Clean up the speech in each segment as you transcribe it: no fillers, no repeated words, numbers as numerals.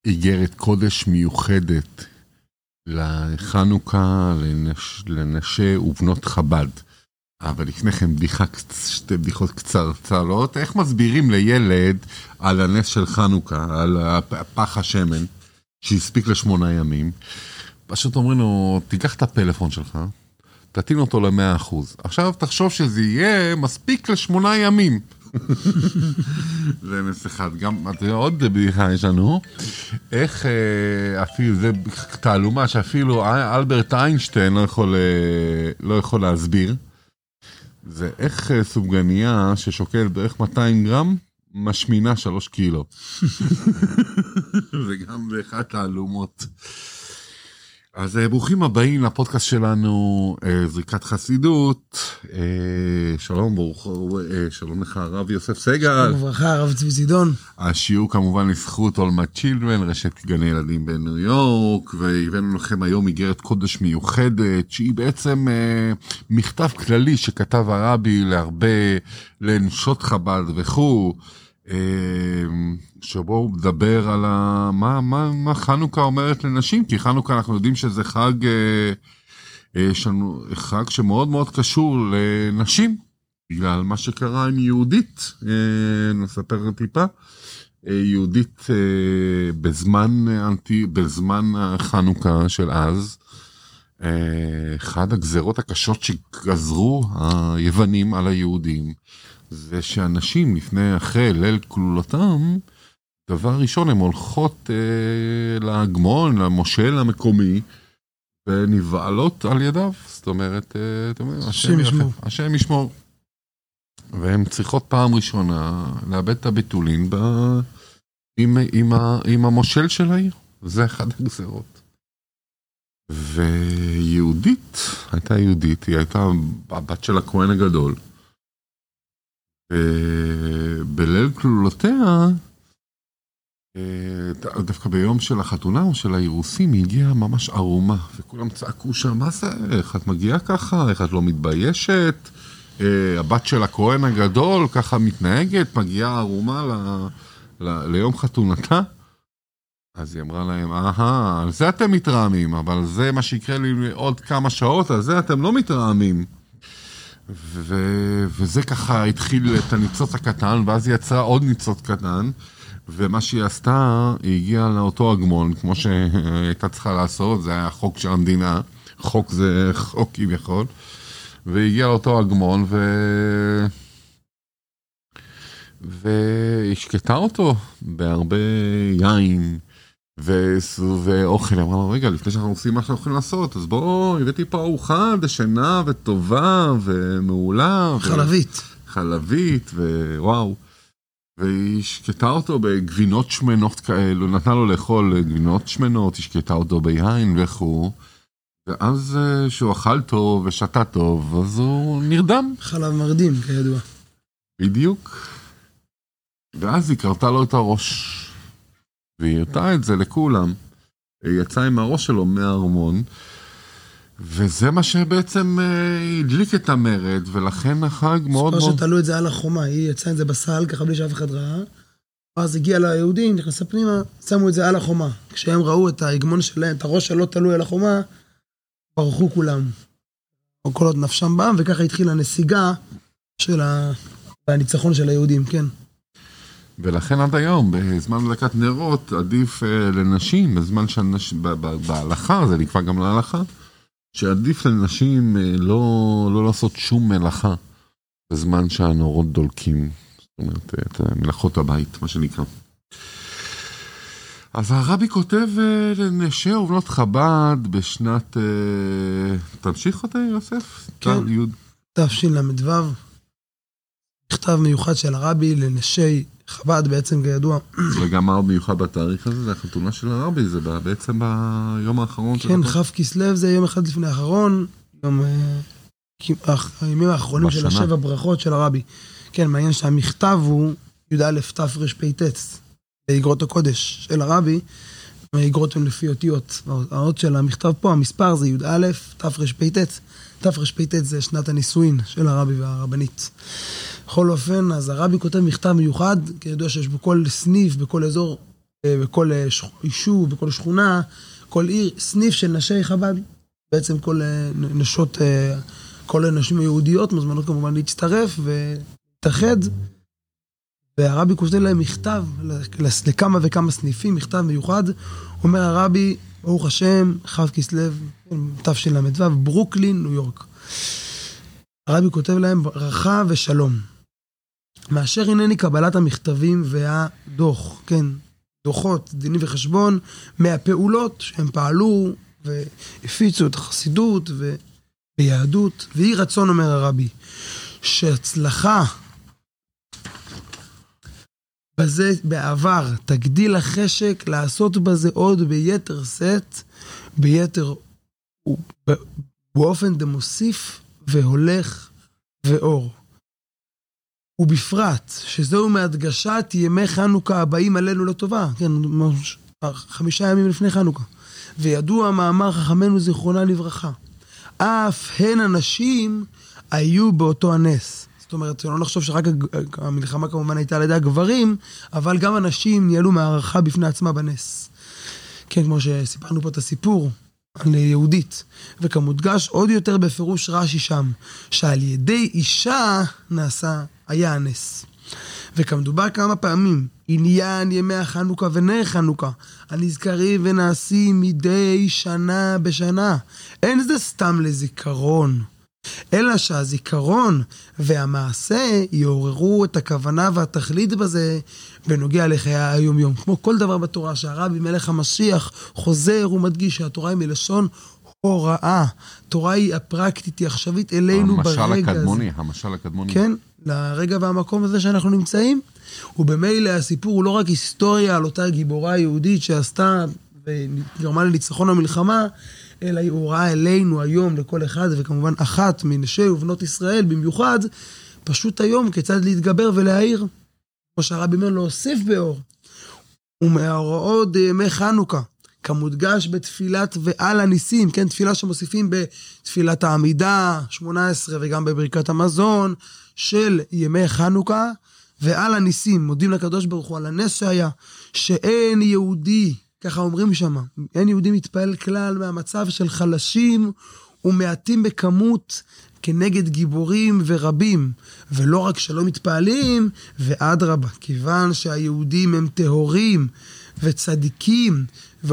איגרת קודש מיוחדת לחנוכה, לנשי ובנות חב"ד. אבל לפני כן שתי בדיחות קצרות. איך מסבירים לילד על הנס של חנוכה, על פח השמן, שהספיק ל8 ימים? פשוט אומרים לו, תיקח את הפלאפון שלך, תתין אותו ל100%. עכשיו תחשוב שזה יהיה מספיק ל8 ימים. זה נס אחד. גם עוד בדיחה יש לנו, איך אפילו, זה תעלומה שאפילו אלברט איינשטיין לא יכול להסביר. זה איך סופגניה ששוקלת בערך 200 גרם, משמינה 3 קילו. זה גם באחת תעלומות. אז ברוכים הבאים לפודקאסט שלנו, זריקת חסידות. שלום, שלום לך הרב יוסף סגל. שלום וברכה, הרב צבי זידון. השיעור כמובן לזכות All My Children, רשת גני ילדים בניו יורק, והבאנו לכם היום איגרת קודש מיוחדת, שהיא בעצם מכתב כללי שכתב הרבי להרבה לנשות חב"ד וכו', שבו הוא מדבר על מה חנוכה אומרת לנשים, כי חנוכה אנחנו יודעים שזה חג שמאוד מאוד קשור לנשים, בגלל מה שקרה עם יהודית, נספר טיפה, יהודית בזמן חנוכה של אז, אחד הגזרות הקשות שגזרו היוונים על היהודים, זה שאנשים אחרי ליל כלולתם, דבר ראשון הם הולכות להגמון, למושל המקומי, ונבעלות על ידיו, זאת אומרת, השם ישמור. והן צריכות פעם ראשונה לאבד את הביטולין עם המושל של העיר. זה אחד הגזרות. ויהודית, היא הייתה הבת של הכהן הגדול. בליל כלולותיה, דווקא ביום של החתונה או של האירוסים, היא הגיעה ממש ערומה, וכולם צעקו שם, מה זה? איך את מגיעה ככה? איך את לא מתביישת? הבת של הכהן הגדול ככה מתנהגת, מגיעה ערומה ליום חתונתה? אז היא אמרה להם, על זה אתם מתרעמים, אבל זה מה שיקרה לי עוד כמה שעות, על זה אתם לא מתרעמים. וזה ככה התחיל את הניצוץ הקטן, ואז היא יצרה עוד ניצוץ קטן, ומה שהיא עשתה, היא הגיעה לאותו הגמון, כמו שהייתה צריכה לעשות, זה היה חוק של המדינה, חוק זה חוק כביכול, והיא הגיעה לאותו הגמון, והשקטה אותו בהרבה יין, ואוכל. אמרה לו, רגע, לפני שאנחנו עושים מה שאנחנו יכולים לעשות, אז בואו, הבאתי פה ארוחה דשנה וטובה ומעולה. חלבית, ווואו. והיא שקטה אותו בגבינות שמנות כאלו, נתנה לו לאכול גבינות שמנות, היא שקטה אותו ביין וכו'. ואז שהוא אכל טוב ושתה טוב, אז הוא נרדם. חלב מרדים, כידוע. בדיוק. ואז היא קרתה לו את הראש. והיא הרתה את זה לכולם. היא יצאה עם הראש שלו מהארמון, וזה מה שבעצם הדליק את המרד, ולכן החג מאוד מאוד... שתלו את זה על החומה, היא יצאה את זה בסל, ככה בלי שאף אחד ראה, אז הגיע ליהודים, נכנסה פנימה, שמו את זה על החומה. כשהם ראו את ההגמון שלהם, את הראש שלו תלוי על החומה, ברחו כולם. או כל עוד נפשם בם, וככה התחילה הנסיגה של הניצחון של היהודים, כן. ולכן עד היום, בזמן הדלקת נרות, עדיף לנשים, בזמן בהלכה, זה נקבע גם להלכה, שעדיף לנשים לא לעשות שום מלאכה, בזמן שהנורות דולקים, זאת אומרת, את מלאכות הבית, מה שנקרא. אז הרבי כותב לנשי ובנות חב"ד בשנת, תמשיך אותי יוסף? כן, תשל"ו, מכתב מיוחד של הרבי לנשי חב"ד בעצם כידוע. וגם מה מיוחד בתאריך הזה? זה החתונה של הרבי, זה בעצם ביום האחרון. כן, כ' כסלו זה יום אחד לפני האחרון, הימים האחרונים של 7 ברכות של הרבי. כן, מעניין שהמכתב הוא י"א תרפ"ט, באיגרות הקודש של הרבי, האיגרות הן לפי אותיות. האות של המכתב פה, המספר זה י"א תרפ"ט, תרפ"ט זה שנת הנישואין של הרבי והרבנית. בכל אופן, אז הרבי כותב מכתב מיוחד, כידוע שיש בכל סניף, בכל אזור, בכל יישוב, בכל שכונה, כל עיר, סניף של נשי חב"ד. בעצם כל נשות, כל הנשים היהודיות מוזמנות כמובן להצטרף ולהתאחד. והרבי כותב להם מכתב לכמה וכמה סניפים, מכתב מיוחד. אומר הרבי, ברוך השם, כ' כסלו, תשל"ו, ברוקלין, ניו יורק. הרבי כותב להם ברכה ושלום. מאשר הנני קבלת המכתבים והדוח, כן, דוחות, דינים וחשבון, מהפעולות שהם פעלו והפיצו את החסידות ויהדות, ויהי רצון, אומר הרבי, שהצלחה בזה בעבר תגדיל החשק לעשות בזה עוד ביתר שאת, ביתר באופן דמוסיף והולך ואור. ובפרט שזהו מהדגשת ימי חנוכה הבאים עלינו לטובה, כן, 5 ימים לפני חנוכה. וידוע מאמר חכמנו זיכרונה לברכה, אף הן הנשים היו באותו הנס. זאת אומרת, לא נחשוב שרק המלחמה כמובן הייתה על ידי הגברים, אבל גם הנשים ניהלו מערכה בפני עצמה בנס. כן, כמו שסיפרנו פה את הסיפור על יהודית. וכמודגש עוד יותר בפירוש רש"י שם, שעל ידי אישה היה הנס. וכמדובר כמה פעמים, עניין ימי החנוכה ונר חנוכה, הנזכרים ונעשים מדי שנה בשנה. אין זה סתם לזיכרון, אלא שהזיכרון והמעשה יעוררו את הכוונה והתכלית בזה בנוגע לחיי היום יום. כמו כל דבר בתורה שהרבי מלך המשיח חוזר ומדגיש שהתורה היא מלשון הוראה. תורה היא הפרקטית, היא עכשווית אלינו ברגע הזה. המשל הקדמוני. כן, לרגע והמקום הזה שאנחנו נמצאים. ובמילא הסיפור הוא לא רק היסטוריה על אותה גיבורה יהודית שעשתה וגרמה לניצחון המלחמה, אלא היא הוראה אלינו היום לכל אחד, וכמובן אחת מנשי ובנות ישראל במיוחד, פשוט היום כיצד להתגבר ולהעיר. כמו שהרבי אומר להוסיף באור. ומההוראות ימי חנוכה, כמודגש בתפילת ועל הניסים, כן, תפילה שמוסיפים בתפילת העמידה, 18, וגם בברכת המזון של ימי חנוכה, ועל הניסים, מודים לקדוש ברוך הוא על הנס שהיה, שאין יהודי, ככה אומרים שם, אין יהודי מתפעל כלל מהמצב של חלשים ומעטים בכמות כנגד גיבורים ורבים, ולא רק שלא מתפעלים, ואדרבה, כיוון שהיהודים הם טהורים וצדיקים,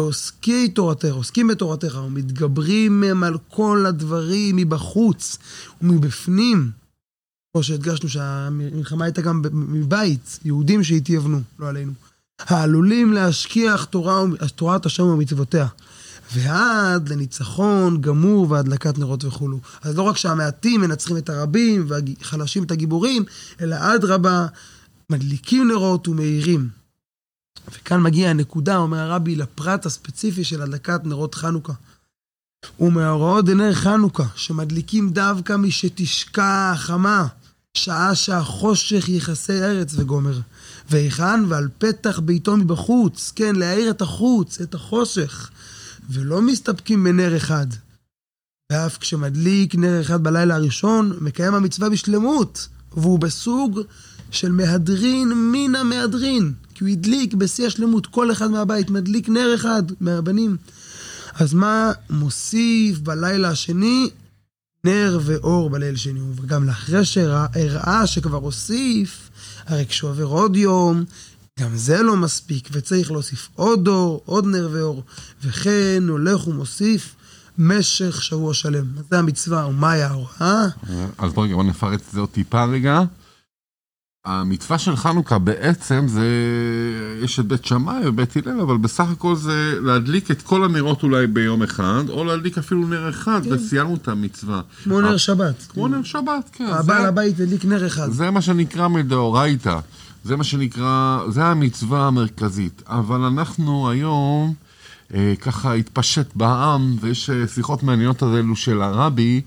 ועוסקים בתורתך, ומתגברים מהם על כל הדברים מבחוץ ומבפנים, כמו שהדגשנו שהמלחמה הייתה גם מבית, יהודים שהתייוונו, לא עלינו, העלולים להשכיח תורת השם ומצוותיה, ועד לניצחון גמור והדלקת נרות וכולו. אז לא רק שהמעטים מנצחים את הרבים והחלשים את הגיבורים, אלא אדרבה, מדליקים נרות ומאירים. וכאן מגיע הנקודה, אומר הרבי, לפרט הספציפי של הדלקת נרות חנוכה. ומההוראות דנר חנוכה, שמדליקים דווקא משתשקע החמה, שעה שהחושך יחסי ארץ וגומר. והיכן ועל פתח ביתו מבחוץ, כן, להאיר את החוץ, את החושך, ולא מסתפקים בנר אחד. ואף כשמדליק נר אחד בלילה הראשון, מקיים המצווה בשלמות, והוא בסוג של מהדרין מן המהדרין, כי הוא הדליק בשיא השלמות, כל אחד מהבית מדליק נר אחד מהבנים. אז מה מוסיף בלילה השני? נר ואור בליל שני, וגם לאחרי שהראה שכבר הוסיף, הרי כשעובר עוד יום, גם זה לא מספיק, וצריך להוסיף עוד אור, עוד נר ואור, וכן הולך ומוסיף משך שבוע שלם. זה המצווה, ומהי ההוראה? אז בוא נפרט את זה עוד טיפה רגע. המצווה של חנוכה בעצם זה, יש את בית שמאי ובית הלל, אבל בסך הכל זה להדליק את כל הנרות אולי ביום אחד, או להדליק אפילו נר אחד, כן. וסיימנו את המצווה. כמו נר שבת. כמו נר שבת, כן. הבעל הבית הדליק נר אחד. זה מה שנקרא מדאורייתא. זה מה שנקרא, זה המצווה המרכזית. אבל אנחנו היום, ככה התפשט בעם, ויש שיחות מעניינות האלו של הרבי,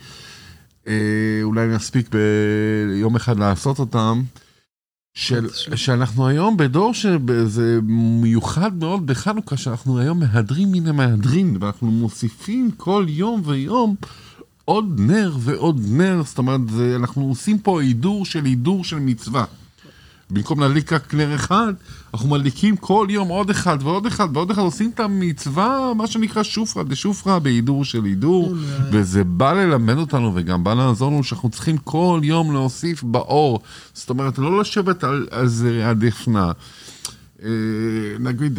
אולי נספיק ביום אחד לעשות אותם, שאנחנו היום בדור שזה מיוחד מאוד בחנוכה, שאנחנו היום מהדרים מן המהדרין, ואנחנו מוסיפים כל יום ויום עוד נר ועוד נר, זאת אומרת, אנחנו עושים פה הידור של מצווה. במקום להדליק רק נר אחד, אנחנו מדליקים כל יום עוד אחד ועוד אחד ועוד אחד, עושים את המצווה, מה שנקרא שופרה, דשופרה, בהידור של הידור, וזה בא ללמד אותנו וגם בא לעזור לנו שאנחנו צריכים כל יום להוסיף באור, זאת אומרת, לא לשבת על זרי הדפנה. נגיד,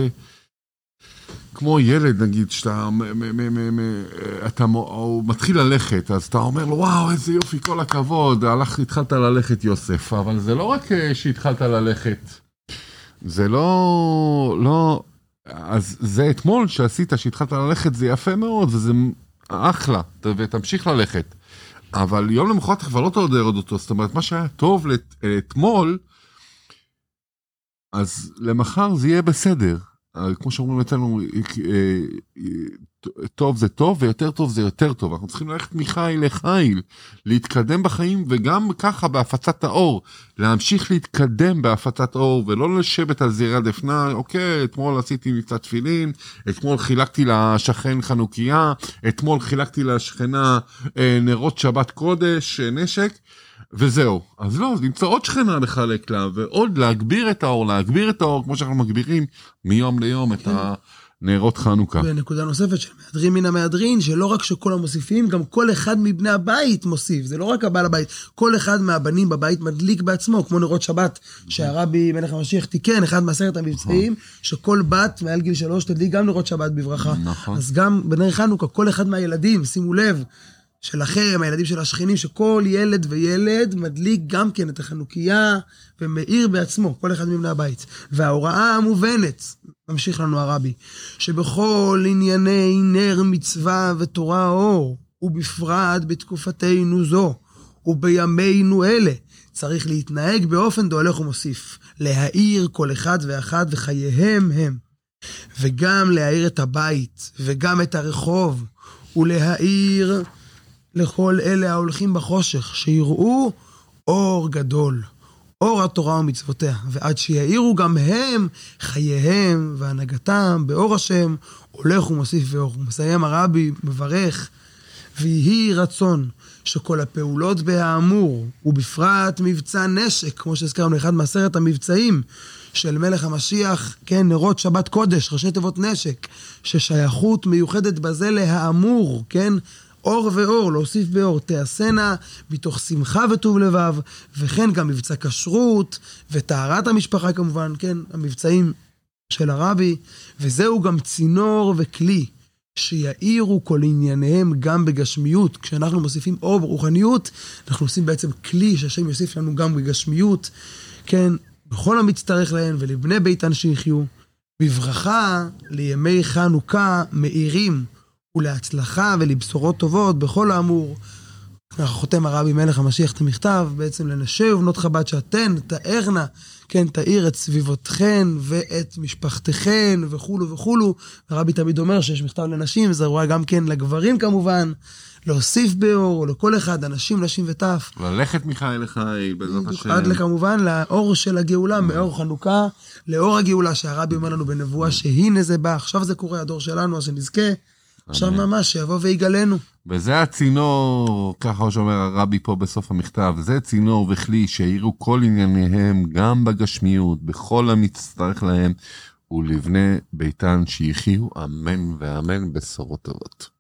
כמו ילד, נגיד, שאתה הוא מתחיל ללכת, אז אתה אומר לו, וואו, איזה יופי, כל הכבוד, התחלת ללכת יוסף, אבל זה לא רק שהתחלת ללכת, זה לא, אז זה אתמול שעשית, שהתחלת ללכת, זה יפה מאוד, וזה אחלה, ותמשיך ללכת, אבל יום למחרת כבר לא תעודד אותו, זאת אומרת, מה שהיה טוב אתמול, אז למחר זה יהיה בסדר. כמו שאומרים אצלנו, טוב זה טוב, ויותר טוב זה יותר טוב. אנחנו צריכים ללכת מחיל לחיל, להתקדם בחיים, וגם ככה בהפצת האור, להמשיך להתקדם בהפצת האור, ולא לשבת על זרי הדפנה, אוקיי, אתמול עשיתי מבצע תפילין, אתמול חילקתי לשכן חנוכיה, אתמול חילקתי לשכנה נרות שבת קודש, נשק, וזהו. אז לא, אז נמצא עוד שכנה לחלק לה, ועוד להגביר את האור, כמו שאנחנו מגבירים מיום ליום את הנרות חנוכה. ונקודה נוספת של מהדרין מן המהדרין, שלא רק שכל המוסיפים, גם כל אחד מבני הבית מוסיף, זה לא רק הבעל הבית, כל אחד מהבנים בבית מדליק בעצמו, כמו נרות שבת, שהרבי מלך המשיח תיקן, אחד מעשרת המבצעים, שכל בת מעל גיל 3 תדליק גם נרות שבת בברכה. אז גם בנר חנוכה, כל אחד מהילדים, שימו לב, שלכם, הילדים של השכנים, שכל ילד וילד מדליק גם כן את החנוכיה ומאיר בעצמו, כל אחד מבני הבית. וההוראה המובנת, ממשיך לנו הרבי, שבכל ענייני נר מצווה ותורה אור, ובפרט בתקופתנו זו, ובימינו אלה, צריך להתנהג באופן דהולך ומוסיף, להאיר כל אחד ואחד וחייהם הם, וגם להאיר את הבית, וגם את הרחוב, ולהאיר לכל אלה ההולכים בחושך, שיראו אור גדול, אור התורה ומצוותיה, ועד שיעירו גם הם חייהם והנהגתם באור השם, הולך ומוסיף ואור. מסיים הרבי, מברך, ויהי רצון שכל הפעולות בהאמור, ובפרט מבצע נשק, כמו שהזכרנו, אחד מעשרת המבצעים של מלך המשיח, כן, נרות שבת קודש, ראשי תיבות נשק, ששייכות מיוחדת בזה להאמור, כן, אור ואור, להוסיף באור, תעשנה מתוך שמחה וטוב לבב, וכן גם מבצע כשרות, וטהרת המשפחה כמובן, כן, המבצעים של הרבי, וזהו גם צינור וכלי, שיעירו כל ענייניהם גם בגשמיות. כשאנחנו מוסיפים אור ברוחניות, אנחנו עושים בעצם כלי שהשם יוסיף לנו גם בגשמיות, כן, בכל המצטרך להן ולבני ביתן שיחיו, בברכה לימי חנוכה מאירים, ולהצלחה ולבשורות טובות בכל האמור. חותם הרבי מלך המשיח את המכתב, בעצם לנשי ובנות חב"ד שאתן תארנה, כן, תאיר את סביבותכן ואת משפחתכן וכולו וכולו. הרבי תמיד אומר שיש מכתב לנשים, זה רואה גם כן לגברים כמובן, להוסיף באור, לכל אחד, אנשים, נשים וטף. ללכת מחיל לחיל, בעזרת השם. עד לכמובן לאור של הגאולה, מאור חנוכה, לאור הגאולה שהרבי אומר לנו בנבואה שהנה זה בא, עכשיו זה קורה, הדור שלנו, אז שנזכה. עכשיו ממש, שיבוא ויגלנו. וזה הצינור, ככה שאומר הרבי פה בסוף המכתב, זה צינור וכלי שיראו כל ענייניהם גם בגשמיות, בכל המצטרך להם, ולבני ביתן שיחיו, אמן ואמן, בשורות טובות.